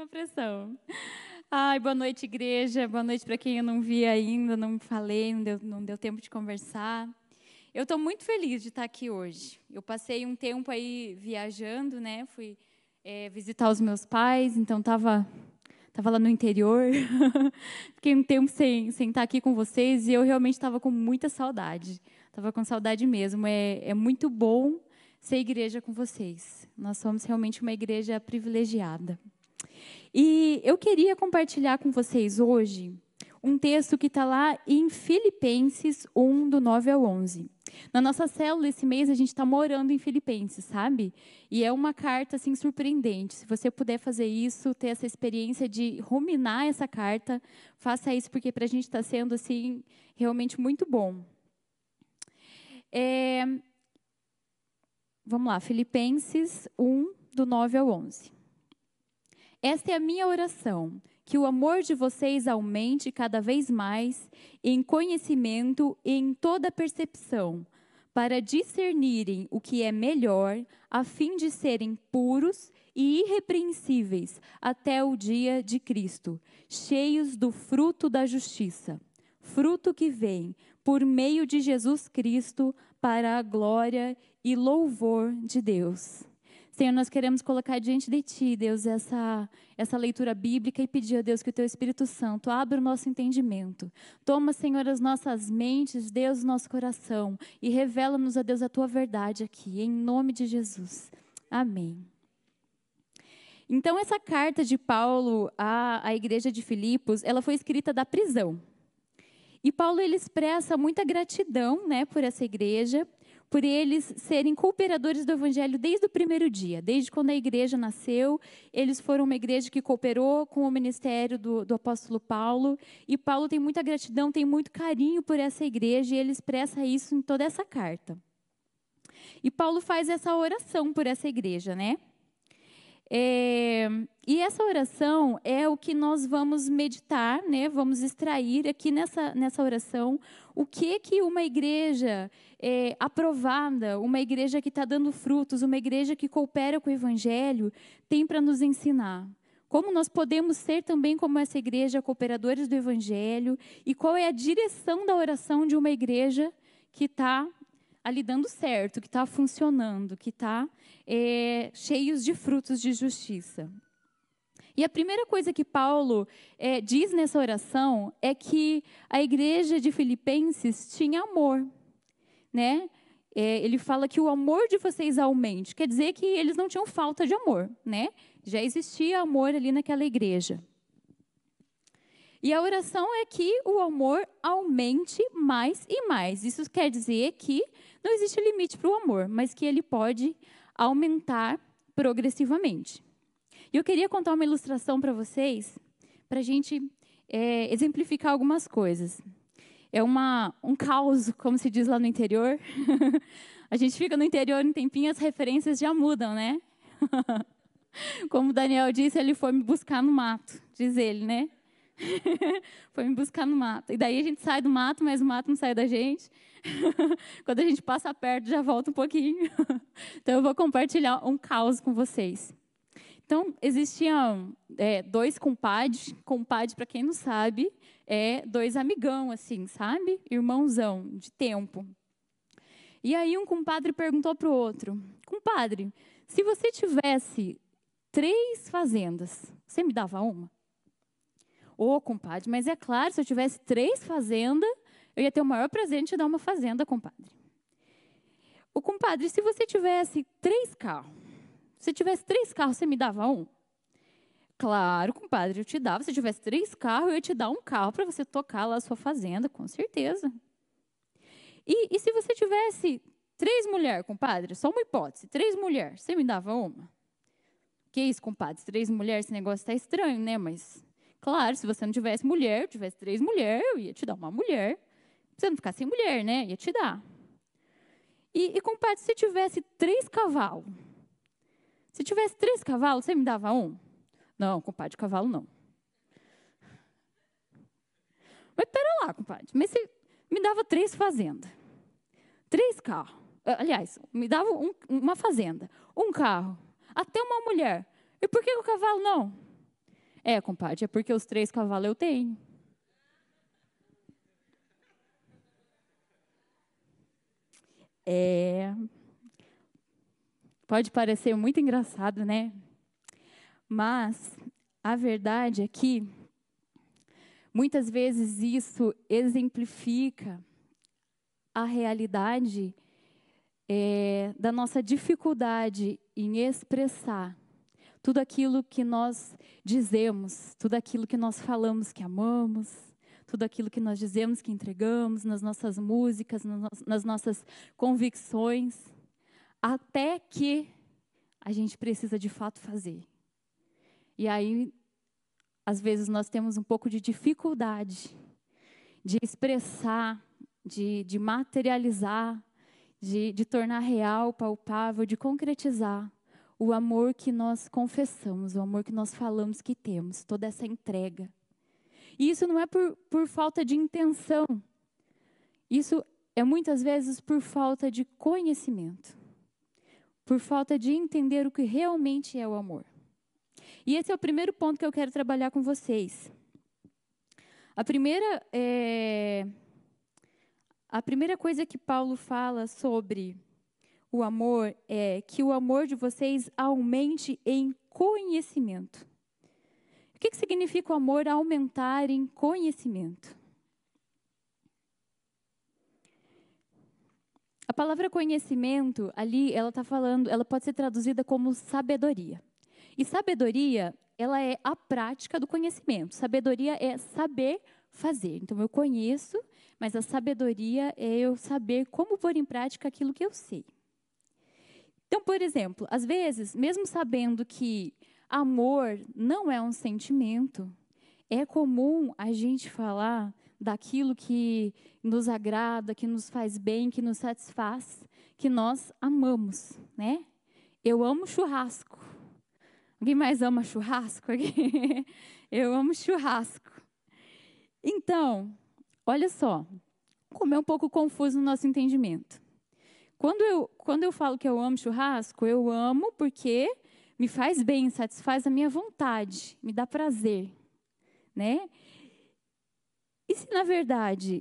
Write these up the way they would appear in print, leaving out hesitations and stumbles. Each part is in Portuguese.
uma pressão. Ai, boa noite, igreja. Boa noite para quem eu não vi ainda, não falei, não deu tempo de conversar. Eu estou muito feliz de estar aqui hoje. Eu passei um tempo aí viajando, né? Fui visitar os meus pais, então estava lá no interior. Fiquei um tempo sem estar aqui com vocês e eu realmente estava com muita saudade. Estava com saudade mesmo. É muito bom ser igreja com vocês. Nós somos realmente uma igreja privilegiada. E eu queria compartilhar com vocês hoje um texto que está lá em Filipenses 1, do 9 ao 11. Na nossa célula, esse mês, a gente está morando em Filipenses, sabe? E é uma carta, assim, surpreendente. Se você puder fazer isso, ter essa experiência de ruminar essa carta, faça isso, porque para a gente está sendo, assim, realmente muito bom. Vamos lá, Filipenses 1, do 9 ao 11. Esta é a minha oração, que o amor de vocês aumente cada vez mais em conhecimento e em toda percepção, para discernirem o que é melhor, a fim de serem puros e irrepreensíveis até o dia de Cristo, cheios do fruto da justiça, fruto que vem por meio de Jesus Cristo para a glória e louvor de Deus. Senhor, nós queremos colocar diante de Ti, Deus, essa leitura bíblica e pedir a Deus que o Teu Espírito Santo abra o nosso entendimento. Toma, Senhor, as nossas mentes, Deus, o nosso coração e revela-nos, a Deus, a Tua verdade aqui, em nome de Jesus. Amém. Então, essa carta de Paulo à igreja de Filipos, ela foi escrita da prisão. E Paulo, ele expressa muita gratidão, né, por essa igreja, por eles serem cooperadores do Evangelho desde o primeiro dia. Desde quando a igreja nasceu, eles foram uma igreja que cooperou com o ministério do apóstolo Paulo. E Paulo tem muita gratidão, tem muito carinho por essa igreja, e ele expressa isso em toda essa carta. E Paulo faz essa oração por essa igreja, né? E essa oração é o que nós vamos meditar, né? Vamos extrair aqui nessa oração o que uma igreja aprovada, uma igreja que está dando frutos, uma igreja que coopera com o Evangelho, tem para nos ensinar. Como nós podemos ser também como essa igreja, cooperadores do Evangelho, e qual é a direção da oração de uma igreja que está ali dando certo, que está funcionando, que está cheios de frutos de justiça. E a primeira coisa que Paulo diz nessa oração é que a igreja de Filipenses tinha amor, né? Ele fala que o amor de vocês aumente, quer dizer que eles não tinham falta de amor, né? Já existia amor ali naquela igreja. E a oração é que o amor aumente mais e mais. Isso quer dizer que não existe limite para o amor, mas que ele pode aumentar progressivamente. E eu queria contar uma ilustração para vocês, para a gente exemplificar algumas coisas. É um caos, como se diz lá no interior. A gente fica no interior um tempinho, as referências já mudam, né? Como o Daniel disse, ele foi me buscar no mato, diz ele, né? Foi me buscar no mato. E daí a gente sai do mato, mas o mato não sai da gente. Quando a gente passa perto, já volta um pouquinho. Então, eu vou compartilhar um caos com vocês. Então, existiam dois compadres. Compadre, para quem não sabe, dois amigão, assim, sabe? Irmãozão, de tempo. E aí, um compadre perguntou para o outro: compadre, se você tivesse 3 fazendas, você me dava uma? Ô, compadre, mas é claro, se eu tivesse 3 fazendas, eu ia ter o maior prazer em te dar uma fazenda, compadre. Ô, compadre, se você tivesse 3 carros, se tivesse 3 carros, você me dava um? Claro, compadre, eu te dava. Se eu tivesse 3 carros, eu ia te dar um carro para você tocar lá a sua fazenda, com certeza. E se você tivesse 3 mulheres, compadre, só uma hipótese, 3 mulheres, você me dava uma? Que isso, compadre, 3 mulheres, esse negócio está estranho, né? Mas... claro, se você não tivesse mulher, tivesse 3 mulheres, eu ia te dar uma mulher. Pra você não ficar sem mulher, né? Ia te dar. E compadre, se tivesse 3 cavalos? Se tivesse 3 cavalos, você me dava um? Não, compadre, cavalo não. Mas pera lá, compadre. Mas você me dava 3 fazendas. 3 carros. Aliás, me dava uma fazenda. Um carro. Até uma mulher. E por que o cavalo não? Compadre, é porque os 3 cavalos eu tenho. Pode parecer muito engraçado, né? Mas a verdade é que muitas vezes isso exemplifica a realidade da nossa dificuldade em expressar tudo aquilo que nós dizemos, tudo aquilo que nós falamos que amamos, tudo aquilo que nós dizemos que entregamos nas nossas músicas, nas nossas convicções, até que a gente precisa de fato fazer. E aí, às vezes, nós temos um pouco de dificuldade de expressar, de materializar, de tornar real, palpável, de concretizar o amor que nós confessamos, o amor que nós falamos que temos, toda essa entrega. E isso não é por falta de intenção. Isso é muitas vezes por falta de conhecimento, por falta de entender o que realmente é o amor. E esse é o primeiro ponto que eu quero trabalhar com vocês. A primeira coisa que Paulo fala sobre o amor é que o amor de vocês aumente em conhecimento. O que significa o amor aumentar em conhecimento? A palavra conhecimento, ali, ela pode ser traduzida como sabedoria. E sabedoria, ela é a prática do conhecimento. Sabedoria é saber fazer. Então, eu conheço, mas a sabedoria é eu saber como pôr em prática aquilo que eu sei. Então, por exemplo, às vezes, mesmo sabendo que amor não é um sentimento, é comum a gente falar daquilo que nos agrada, que nos faz bem, que nos satisfaz, que nós amamos, né? Eu amo churrasco. Alguém mais ama churrasco aqui? Eu amo churrasco. Então, olha só, como é um pouco confuso no nosso entendimento. Quando eu falo que eu amo churrasco, eu amo porque me faz bem, satisfaz a minha vontade, me dá prazer, né? E se, na verdade,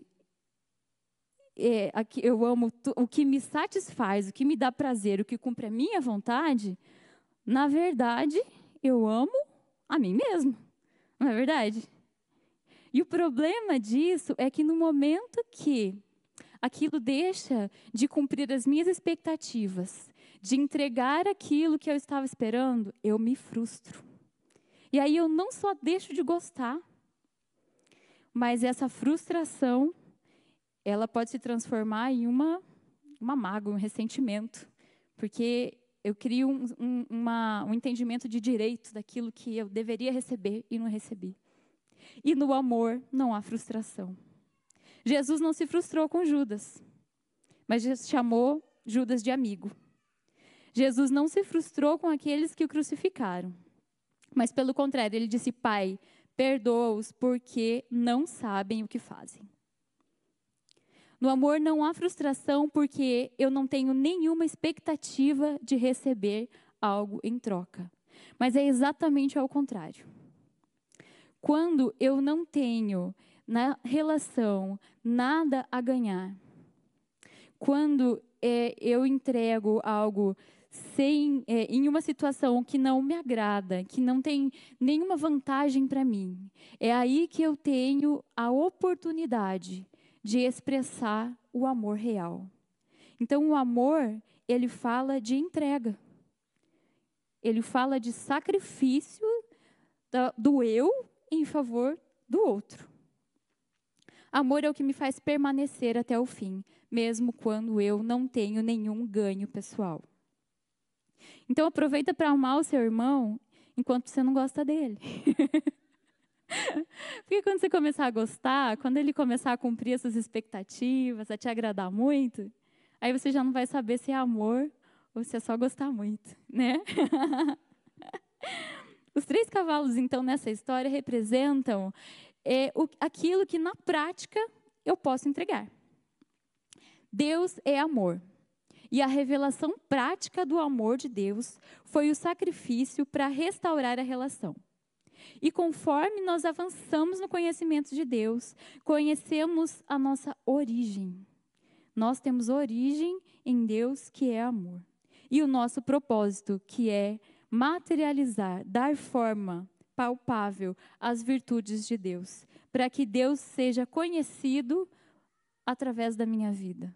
eu amo o que me satisfaz, o que me dá prazer, o que cumpre a minha vontade, na verdade, eu amo a mim mesmo, não é verdade? E o problema disso é que no momento que aquilo deixa de cumprir as minhas expectativas, de entregar aquilo que eu estava esperando, eu me frustro. E aí eu não só deixo de gostar, mas essa frustração, ela pode se transformar em uma mágoa, um ressentimento, porque eu crio um entendimento de direito daquilo que eu deveria receber e não recebi. E no amor não há frustração. Jesus não se frustrou com Judas, mas chamou Judas de amigo. Jesus não se frustrou com aqueles que o crucificaram, mas pelo contrário, ele disse: Pai, perdoa-os porque não sabem o que fazem. No amor não há frustração porque eu não tenho nenhuma expectativa de receber algo em troca. Mas é exatamente ao contrário. Quando eu não tenho na relação nada a ganhar, quando eu entrego algo em uma situação que não me agrada, que não tem nenhuma vantagem para mim, é aí que eu tenho a oportunidade de expressar o amor real. Então, o amor, ele fala de entrega. Ele fala de sacrifício do eu em favor do outro. Amor é o que me faz permanecer até o fim, mesmo quando eu não tenho nenhum ganho pessoal. Então, aproveita para amar o seu irmão enquanto você não gosta dele. Porque quando você começar a gostar, quando ele começar a cumprir essas expectativas, a te agradar muito, aí você já não vai saber se é amor ou se é só gostar muito, né? Os 3 cavalos, então, nessa história, representam aquilo que, na prática, eu posso entregar. Deus é amor. E a revelação prática do amor de Deus foi o sacrifício para restaurar a relação. E conforme nós avançamos no conhecimento de Deus, conhecemos a nossa origem. Nós temos origem em Deus, que é amor. E o nosso propósito, que é materializar, dar forma palpável às virtudes de Deus, para que Deus seja conhecido através da minha vida.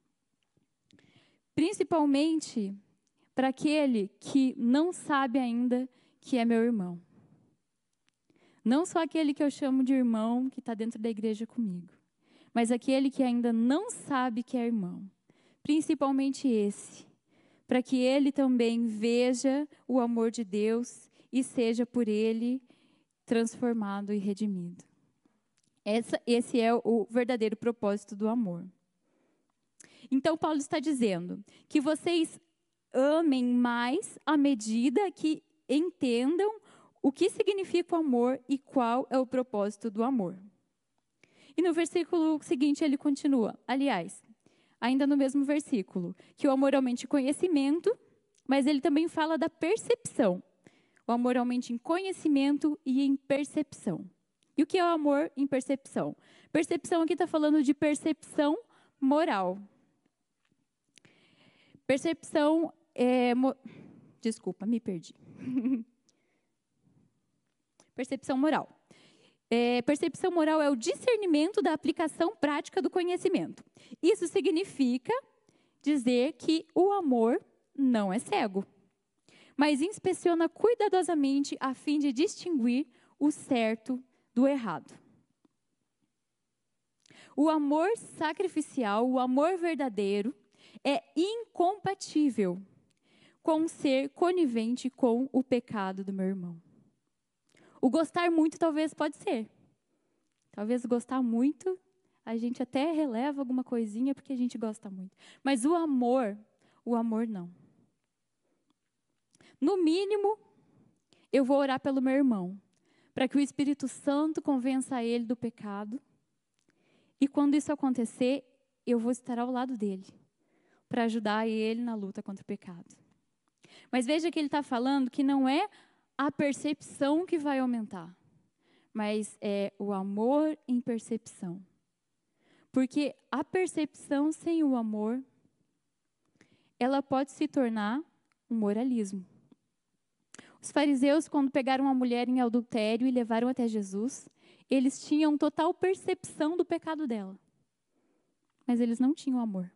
Principalmente para aquele que não sabe ainda que é meu irmão. Não só aquele que eu chamo de irmão, que está dentro da igreja comigo, mas aquele que ainda não sabe que é irmão. Principalmente esse, para que ele também veja o amor de Deus e seja por ele transformado e redimido. Esse é o verdadeiro propósito do amor. Então, Paulo está dizendo que vocês amem mais à medida que entendam o que significa o amor e qual é o propósito do amor. E no versículo seguinte ele continua, aliás, ainda no mesmo versículo, que o amor aumente em conhecimento, mas ele também fala da percepção. O amor aumente em conhecimento e em percepção. E o que é o amor em percepção? Percepção aqui está falando de percepção moral. Percepção desculpa, me perdi. Percepção moral. Percepção moral é o discernimento da aplicação prática do conhecimento. Isso significa dizer que o amor não é cego, mas inspeciona cuidadosamente a fim de distinguir o certo do errado. O amor sacrificial, o amor verdadeiro, é incompatível com ser conivente com o pecado do meu irmão. O gostar muito talvez pode ser. Talvez gostar muito, a gente até releva alguma coisinha porque a gente gosta muito. Mas o amor não. No mínimo, eu vou orar pelo meu irmão, para que o Espírito Santo convença ele do pecado. E quando isso acontecer, eu vou estar ao lado dele, para ajudar ele na luta contra o pecado. Mas veja que ele está falando que não é a percepção que vai aumentar, mas é o amor em percepção. Porque a percepção sem o amor, ela pode se tornar um moralismo. Os fariseus, quando pegaram uma mulher em adultério e levaram até Jesus, eles tinham total percepção do pecado dela, mas eles não tinham amor.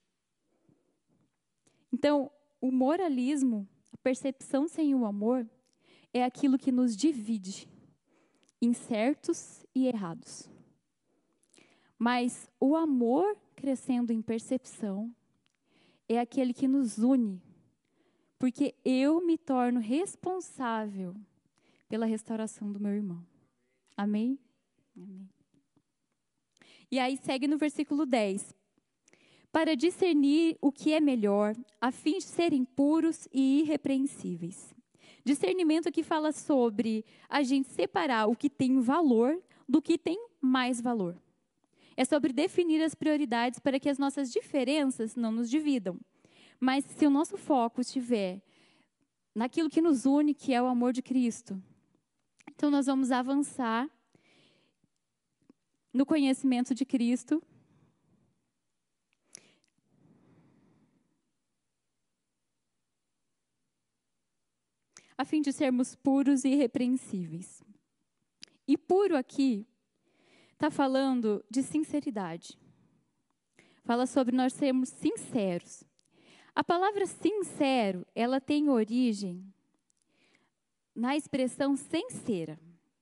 Então, o moralismo, a percepção sem o amor, é aquilo que nos divide em certos e errados. Mas o amor crescendo em percepção é aquele que nos une, porque eu me torno responsável pela restauração do meu irmão. Amém? Amém. E aí segue no versículo 10. Para discernir o que é melhor, a fim de serem puros e irrepreensíveis. Discernimento que fala sobre a gente separar o que tem valor do que tem mais valor. É sobre definir as prioridades para que as nossas diferenças não nos dividam. Mas se o nosso foco estiver naquilo que nos une, que é o amor de Cristo, então nós vamos avançar no conhecimento de Cristo, a fim de sermos puros e irrepreensíveis. E puro aqui está falando de sinceridade. Fala sobre nós sermos sinceros. A palavra sincero, ela tem origem na expressão sincera.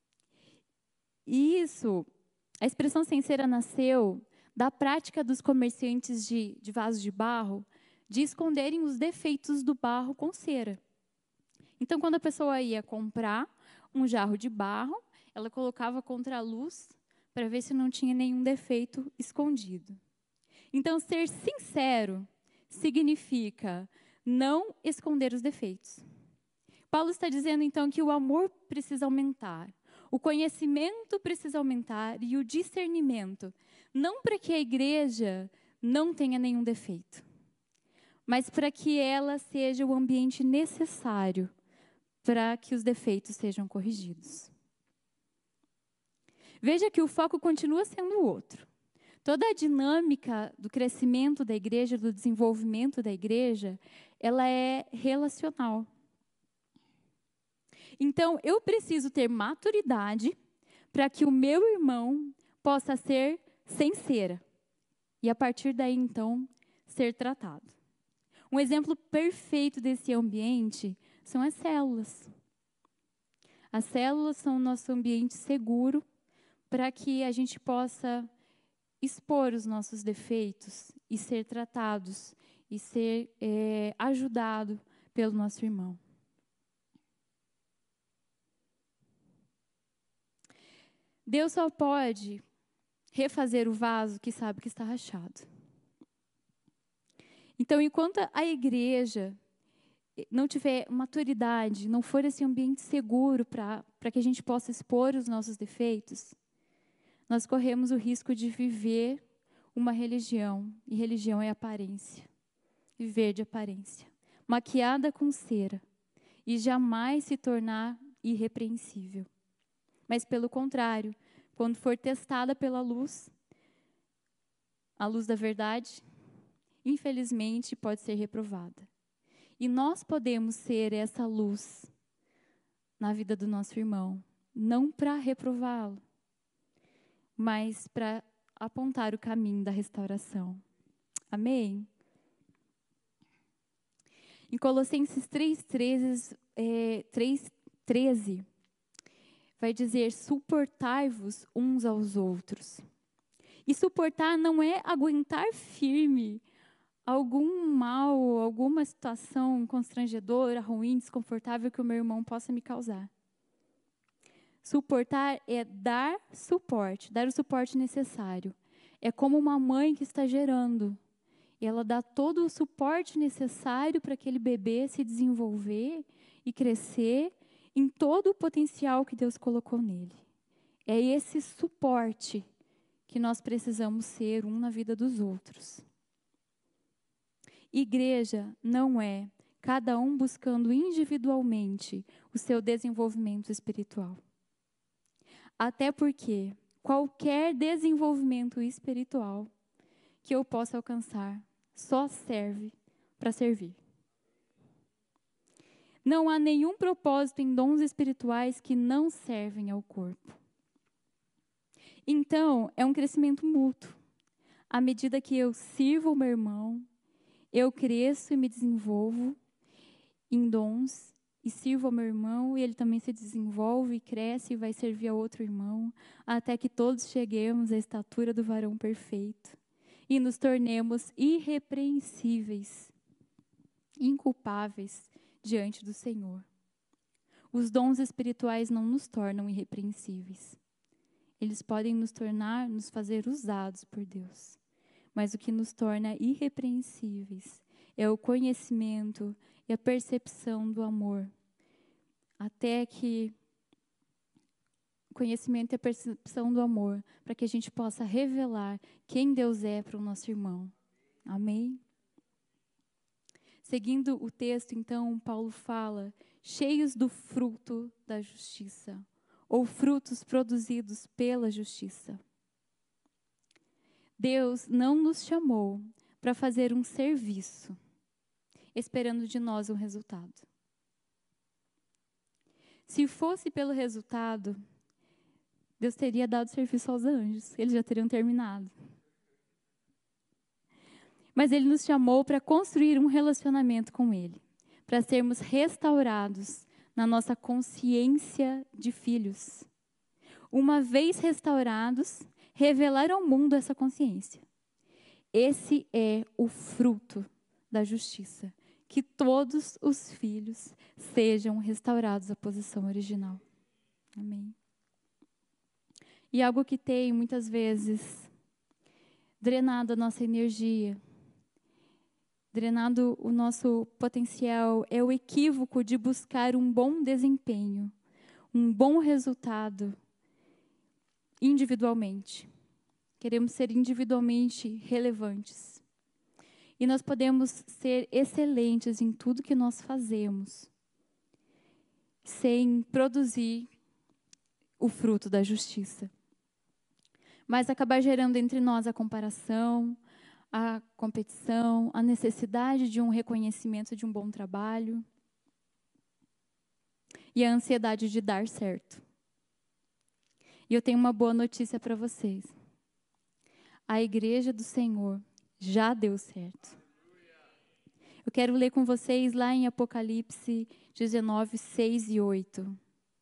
E isso, a expressão sincera nasceu da prática dos comerciantes de vasos de barro de esconderem os defeitos do barro com cera. Então, quando a pessoa ia comprar um jarro de barro, ela colocava contra a luz para ver se não tinha nenhum defeito escondido. Então, ser sincero significa não esconder os defeitos. Paulo está dizendo, então, que o amor precisa aumentar, o conhecimento precisa aumentar e o discernimento. Não para que a igreja não tenha nenhum defeito, mas para que ela seja o ambiente necessário para que os defeitos sejam corrigidos. Veja que o foco continua sendo o outro. Toda a dinâmica do crescimento da igreja, do desenvolvimento da igreja, ela é relacional. Então, eu preciso ter maturidade para que o meu irmão possa ser sem cera. E a partir daí, então, ser tratado. Um exemplo perfeito desse ambiente são as células. As células são o nosso ambiente seguro para que a gente possa expor os nossos defeitos e ser tratados e ser ajudado pelo nosso irmão. Deus só pode refazer o vaso que sabe que está rachado. Então, enquanto a igreja não tiver maturidade, não for esse ambiente seguro para que a gente possa expor os nossos defeitos, nós corremos o risco de viver uma religião, e religião é aparência, viver de aparência, maquiada com cera, e jamais se tornar irrepreensível. Mas, pelo contrário, quando for testada pela luz, a luz da verdade, infelizmente, pode ser reprovada. E nós podemos ser essa luz na vida do nosso irmão, não para reprová-lo, mas para apontar o caminho da restauração. Amém? Em Colossenses 3:13, vai dizer: suportai-vos uns aos outros. E suportar não é aguentar firme algum mal, alguma situação constrangedora, ruim, desconfortável que o meu irmão possa me causar. Suportar é dar suporte, dar o suporte necessário. É como uma mãe que está gerando. Ela dá todo o suporte necessário para aquele bebê se desenvolver e crescer em todo o potencial que Deus colocou nele. É esse suporte que nós precisamos ser um na vida dos outros. Igreja não é cada um buscando individualmente o seu desenvolvimento espiritual. Até porque qualquer desenvolvimento espiritual que eu possa alcançar só serve para servir. Não há nenhum propósito em dons espirituais que não servem ao corpo. Então, é um crescimento mútuo. À medida que eu sirvo o meu irmão, eu cresço e me desenvolvo em dons e sirvo ao meu irmão, e ele também se desenvolve e cresce e vai servir a outro irmão, até que todos cheguemos à estatura do varão perfeito e nos tornemos irrepreensíveis, inculpáveis diante do Senhor. Os dons espirituais não nos tornam irrepreensíveis. Eles podem nos fazer usados por Deus. Mas o que nos torna irrepreensíveis é o conhecimento e a percepção do amor. Até que o conhecimento e a percepção do amor, para que a gente possa revelar quem Deus é para o nosso irmão. Amém? Seguindo o texto, então, Paulo fala, cheios do fruto da justiça, ou frutos produzidos pela justiça. Deus não nos chamou para fazer um serviço, esperando de nós um resultado. Se fosse pelo resultado, Deus teria dado serviço aos anjos, eles já teriam terminado. Mas Ele nos chamou para construir um relacionamento com Ele, para sermos restaurados na nossa consciência de filhos. Uma vez restaurados, revelar ao mundo essa consciência. Esse é o fruto da justiça, que todos os filhos sejam restaurados à posição original. Amém. E algo que tem, muitas vezes, drenado a nossa energia, drenado o nosso potencial, é o equívoco de buscar um bom desempenho, um bom resultado individualmente. Queremos ser individualmente relevantes. E nós podemos ser excelentes em tudo que nós fazemos, sem produzir o fruto da justiça. mas acabar gerando entre nós a comparação, a competição, a necessidade de um reconhecimento de um bom trabalho e a ansiedade de dar certo. E eu tenho uma boa notícia para vocês. A igreja do Senhor já deu certo. Eu quero ler com vocês lá em Apocalipse 19, 6 e 8.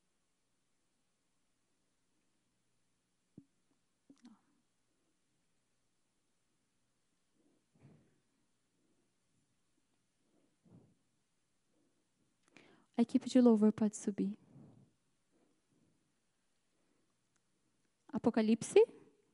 A equipe de louvor pode subir. Apocalipse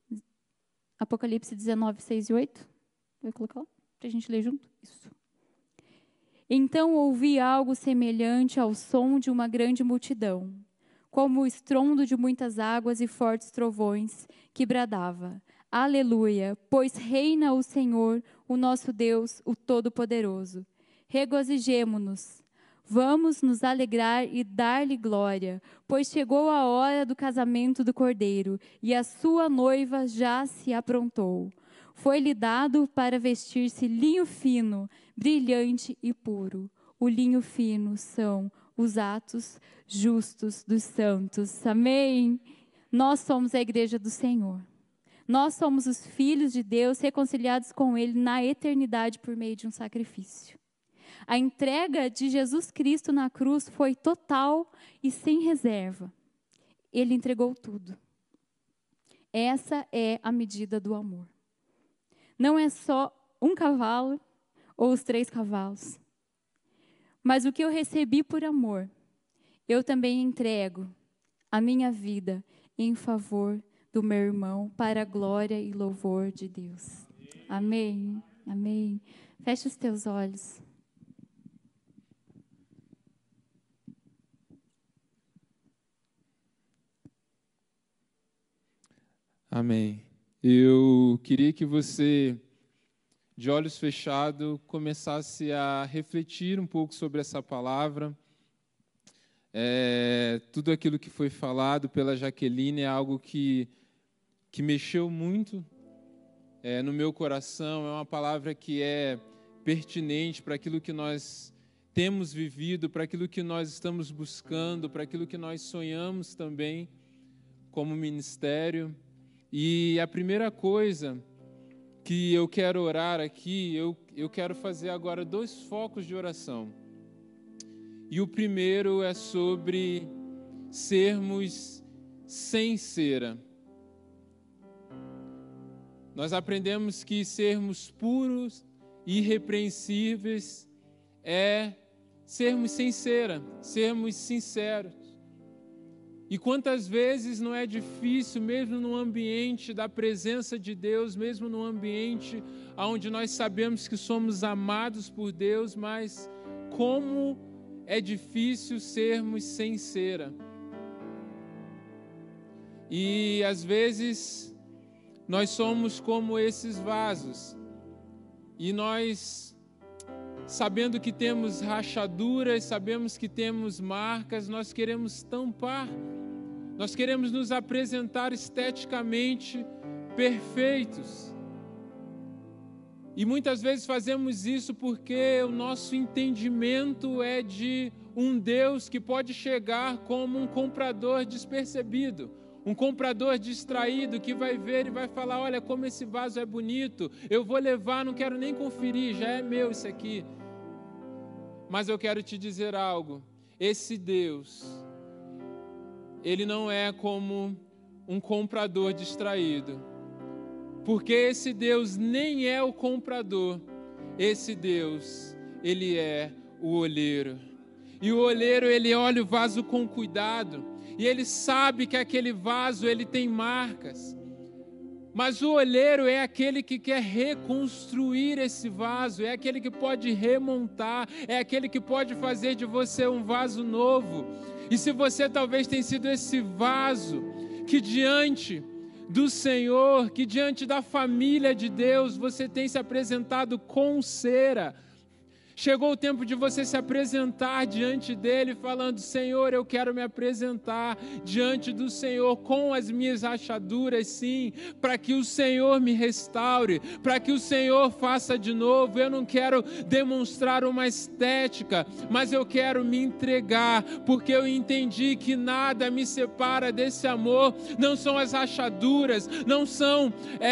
19, 6 e 8. Vai colocar lá para a gente ler junto? Isso. Então ouvi algo semelhante ao som de uma grande multidão, como o estrondo de muitas águas e fortes trovões, que bradava: Aleluia, pois reina o Senhor, o nosso Deus, o Todo-Poderoso. Regozijemo-nos. Vamos nos alegrar e dar-lhe glória, pois chegou a hora do casamento do Cordeiro, e a sua noiva já se aprontou. Foi-lhe dado para vestir-se linho fino, brilhante e puro. O linho fino são os atos justos dos santos. Amém? Nós somos a igreja do Senhor. Nós somos os filhos de Deus reconciliados com Ele na eternidade por meio de um sacrifício. A entrega de Jesus Cristo na cruz foi total e sem reserva. Ele entregou tudo. Essa é a medida do amor. Não é só um cavalo ou os 3 cavalos. Mas o que eu recebi por amor, eu também entrego a minha vida em favor do meu irmão, para a glória e louvor de Deus. Amém. Amém. Feche os teus olhos. Amém. Eu queria que você, de olhos fechados, começasse a refletir um pouco sobre essa palavra. Tudo aquilo que foi falado pela Jaqueline é algo que mexeu muito no meu coração. É uma palavra que é pertinente para aquilo que nós temos vivido, para aquilo que nós estamos buscando, para aquilo que nós sonhamos também como ministério. E a primeira coisa que eu quero orar aqui, eu quero fazer agora 2 focos de oração. E o primeiro é sobre sermos sem cera. Nós aprendemos que sermos puros e irrepreensíveis é sermos sem cera, sermos sinceros. E quantas vezes não é difícil, mesmo no ambiente da presença de Deus, mesmo no ambiente onde nós sabemos que somos amados por Deus, mas como é difícil sermos sem cera. E às vezes nós somos como esses vasos, e nós, sabendo que temos rachaduras, sabemos que temos marcas, nós queremos tampar, nós queremos nos apresentar esteticamente perfeitos. E muitas vezes fazemos isso porque o nosso entendimento é de um Deus que pode chegar como um comprador despercebido, um comprador distraído que vai ver e vai falar: olha como esse vaso é bonito, eu vou levar, não quero nem conferir, já é meu isso aqui. Mas eu quero te dizer algo, esse Deus, Ele não é como um comprador distraído, porque esse Deus nem é o comprador, esse Deus, Ele é o olheiro. E o olheiro, ele olha o vaso com cuidado, e ele sabe que aquele vaso, ele tem marcas. Mas o olheiro é aquele que quer reconstruir esse vaso, é aquele que pode remontar, é aquele que pode fazer de você um vaso novo. E se você talvez tenha sido esse vaso que diante do Senhor, que diante da família de Deus, você tem se apresentado com cera, Chegou o tempo de você se apresentar diante dele, falando: Senhor, eu quero me apresentar diante do Senhor com as minhas rachaduras, sim, para que o Senhor me restaure, para que o Senhor faça de novo. Eu não quero demonstrar uma estética, mas eu quero me entregar, porque eu entendi que nada me separa desse amor. Não são as rachaduras, não são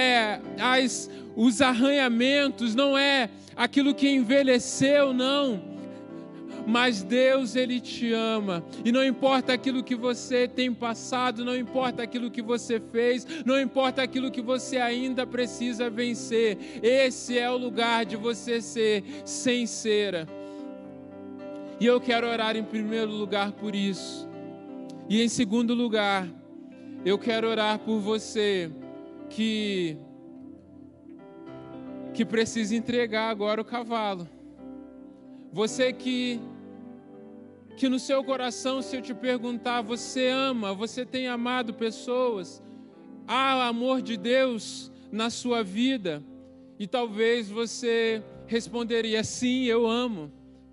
os arranhamentos, não é aquilo que envelheceu, não. Mas Deus, Ele te ama. E não importa aquilo que você tem passado, não importa aquilo que você fez, não importa aquilo que você ainda precisa vencer. Esse é o lugar de você ser sincera. E eu quero orar em primeiro lugar por isso. E em segundo lugar, eu quero orar por você que precisa entregar agora o cavalo. Você que no seu coração, se eu te perguntar, você ama, você tem amado pessoas, há amor de Deus na sua vida, e talvez você responderia: sim, eu amo.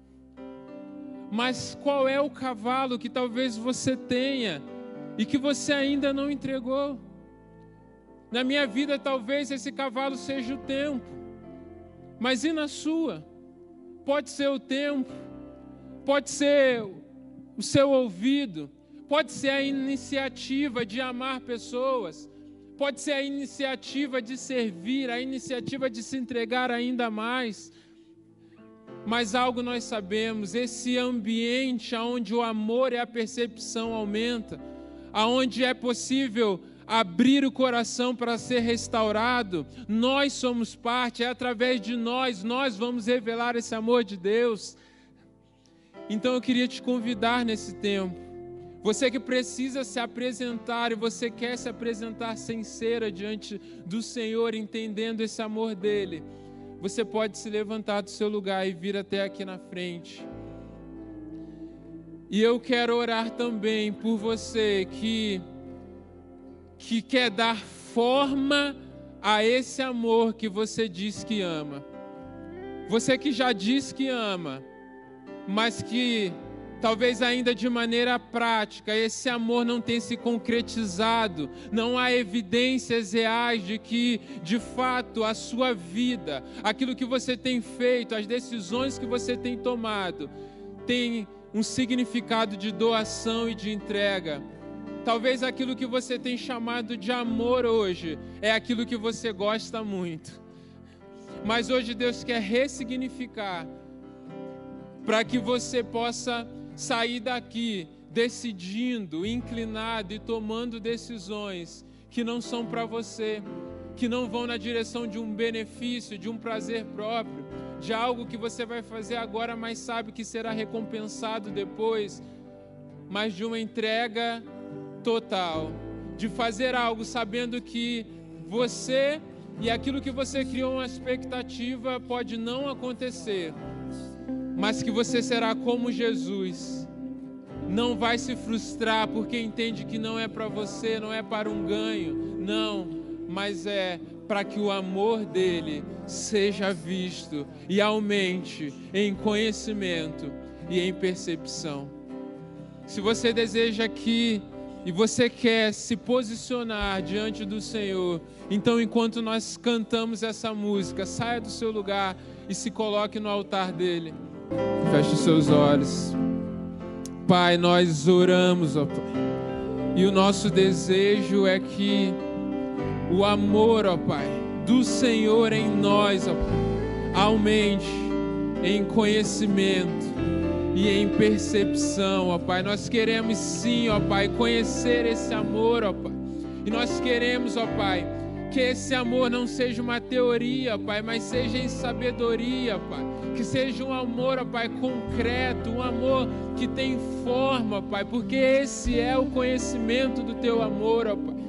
Mas qual é o cavalo que talvez você tenha e que você ainda não entregou? Na minha vida, talvez esse cavalo seja o tempo. Mas e na sua? Pode ser o tempo, pode ser o seu ouvido, pode ser a iniciativa de amar pessoas, pode ser a iniciativa de servir, a iniciativa de se entregar ainda mais. Mas algo nós sabemos: esse ambiente onde o amor e a percepção aumenta, aonde é possível abrir o coração para ser restaurado, nós somos parte, é através de nós vamos revelar esse amor de Deus. Então eu queria te convidar nesse tempo, você que precisa se apresentar e você quer se apresentar sincera diante do Senhor, entendendo esse amor dele, você pode se levantar do seu lugar e vir até aqui na frente. E eu quero orar também por você que quer dar forma a esse amor que você diz que ama. Você que já diz que ama, mas que talvez ainda de maneira prática esse amor não tenha se concretizado, não há evidências reais de que, de fato, a sua vida, aquilo que você tem feito, as decisões que você tem tomado, tem um significado de doação e de entrega. Talvez aquilo que você tem chamado de amor hoje é aquilo que você gosta muito. Mas hoje Deus quer ressignificar para que você possa sair daqui decidindo, inclinado e tomando decisões que não são para você, que não vão na direção de um benefício, de um prazer próprio, de algo que você vai fazer agora, mas sabe que será recompensado depois, mas de uma entrega total, de fazer algo sabendo que você e aquilo que você criou uma expectativa pode não acontecer, mas que você será como Jesus, não vai se frustrar porque entende que não é para você, não é para um ganho, não, mas é para que o amor dele seja visto e aumente em conhecimento e em percepção. Se você deseja que e você quer se posicionar diante do Senhor, então enquanto nós cantamos essa música, saia do seu lugar e se coloque no altar dele. Feche os seus olhos. Pai, nós oramos, ó Pai, e o nosso desejo é que o amor, ó Pai, do Senhor em nós, ó Pai, aumente em conhecimento e em percepção, ó Pai. Nós queremos sim, ó Pai, conhecer esse amor, ó Pai. E nós queremos, ó Pai, que esse amor não seja uma teoria, ó Pai, mas seja em sabedoria, ó Pai. Que seja um amor, ó Pai, concreto, um amor que tem forma, ó Pai, porque esse é o conhecimento do Teu amor, ó Pai.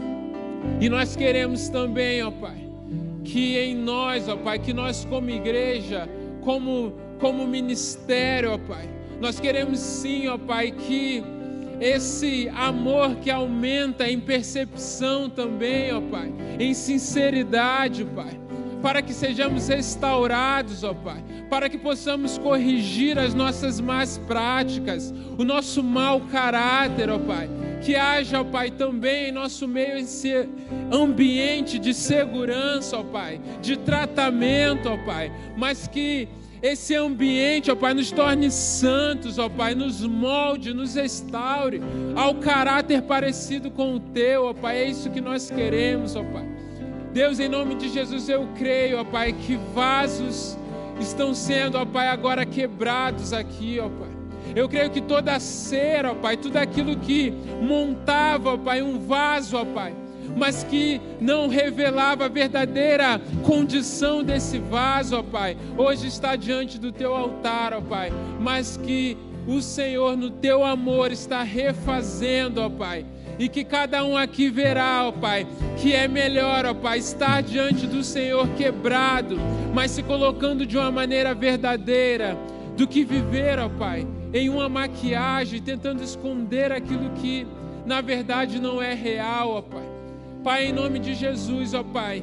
E nós queremos também, ó Pai, que em nós, ó Pai, que nós como igreja, como ministério, ó Pai, nós queremos sim, ó Pai, que esse amor que aumenta em percepção também, ó Pai, em sinceridade, Pai, para que sejamos restaurados, ó Pai, para que possamos corrigir as nossas más práticas, o nosso mau caráter, ó Pai. Que haja, ó Pai, também em nosso meio esse ambiente de segurança, ó Pai, de tratamento, ó Pai, mas que esse ambiente, ó Pai, nos torne santos, ó Pai, nos molde, nos restaure ao caráter parecido com o Teu, ó Pai. É isso que nós queremos, ó Pai. Deus, em nome de Jesus, eu creio, ó Pai, que vasos estão sendo, ó Pai, agora quebrados aqui, ó Pai. Eu creio que toda a cera, ó Pai, tudo aquilo que montava, ó Pai, um vaso, ó Pai, mas que não revelava a verdadeira condição desse vaso, ó Pai, hoje está diante do Teu altar, ó Pai, mas que o Senhor, no Teu amor, está refazendo, ó Pai, e que cada um aqui verá, ó Pai, que é melhor, ó Pai, estar diante do Senhor quebrado, mas se colocando de uma maneira verdadeira, do que viver, ó Pai, em uma maquiagem, tentando esconder aquilo que na verdade não é real, ó Pai. Pai, em nome de Jesus, ó Pai,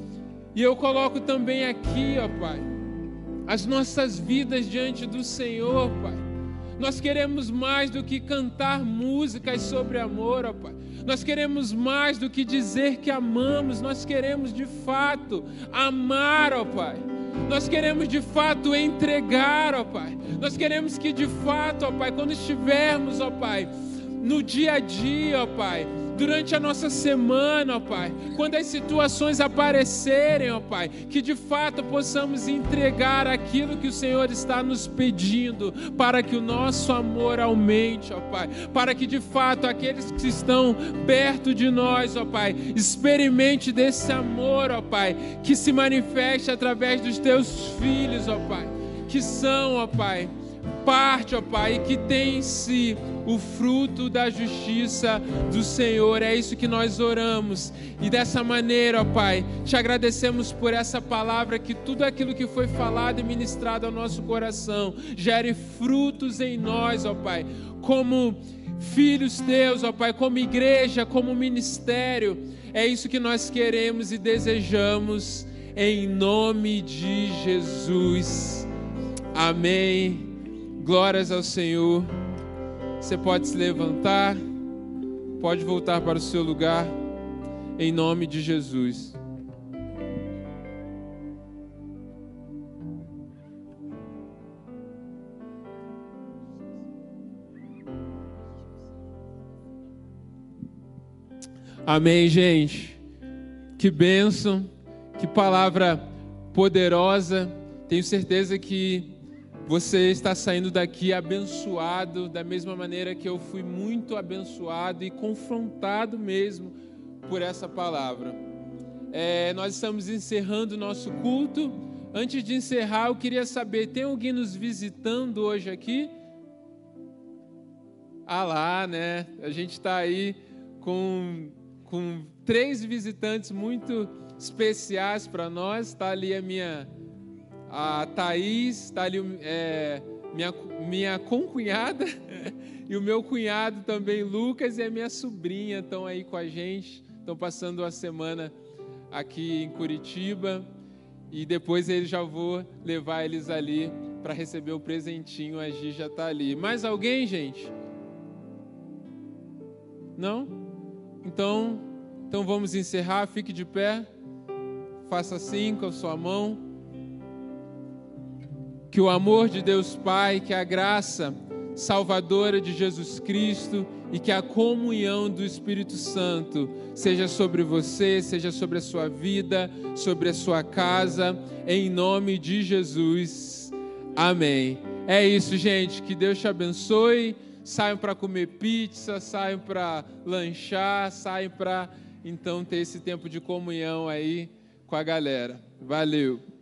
e eu coloco também aqui, ó Pai, as nossas vidas diante do Senhor, Pai. Nós queremos mais do que cantar músicas sobre amor, ó Pai. Nós queremos mais do que dizer que amamos. Nós queremos de fato amar, ó Pai. Nós queremos de fato entregar, ó Pai. Nós queremos que de fato, ó Pai, quando estivermos, ó Pai, no dia a dia, ó Pai, durante a nossa semana, ó Pai, quando as situações aparecerem, ó Pai, que de fato possamos entregar aquilo que o Senhor está nos pedindo, para que o nosso amor aumente, ó Pai, para que de fato aqueles que estão perto de nós, ó Pai, experimente desse amor, ó Pai, que se manifeste através dos Teus filhos, ó Pai, que são, ó Pai, parte, ó Pai, que tem em si o fruto da justiça do Senhor. É isso que nós oramos, e dessa maneira, ó Pai, te agradecemos por essa palavra, que tudo aquilo que foi falado e ministrado ao nosso coração gere frutos em nós, ó Pai, como filhos Teus, ó Pai, como igreja, como ministério. É isso que nós queremos e desejamos, em nome de Jesus. Amém. Glórias ao Senhor. Você pode se levantar, pode voltar para o seu lugar, em nome de Jesus. Amém, gente. Que bênção, que palavra poderosa. Tenho certeza que você está saindo daqui abençoado, da mesma maneira que eu fui muito abençoado e confrontado mesmo por essa palavra. Nós estamos encerrando o nosso culto. Antes de encerrar, eu queria saber, tem alguém nos visitando hoje aqui? Ah lá, né? A gente está aí com 3 visitantes muito especiais para nós. Está ali a Thaís, está ali minha concunhada e o meu cunhado também, Lucas, e a minha sobrinha estão aí com a gente, estão passando uma semana aqui em Curitiba, e depois eu já vou levar eles ali para receber o presentinho. A Gi já está ali. Mais alguém, gente? Não? Então vamos encerrar. Fique de pé, faça assim com a sua mão. Que o amor de Deus Pai, que a graça salvadora de Jesus Cristo e que a comunhão do Espírito Santo seja sobre você, seja sobre a sua vida, sobre a sua casa, em nome de Jesus. Amém. É isso, gente. Que Deus te abençoe. Saiam para comer pizza, saiam para lanchar, saiam para então ter esse tempo de comunhão aí com a galera. Valeu.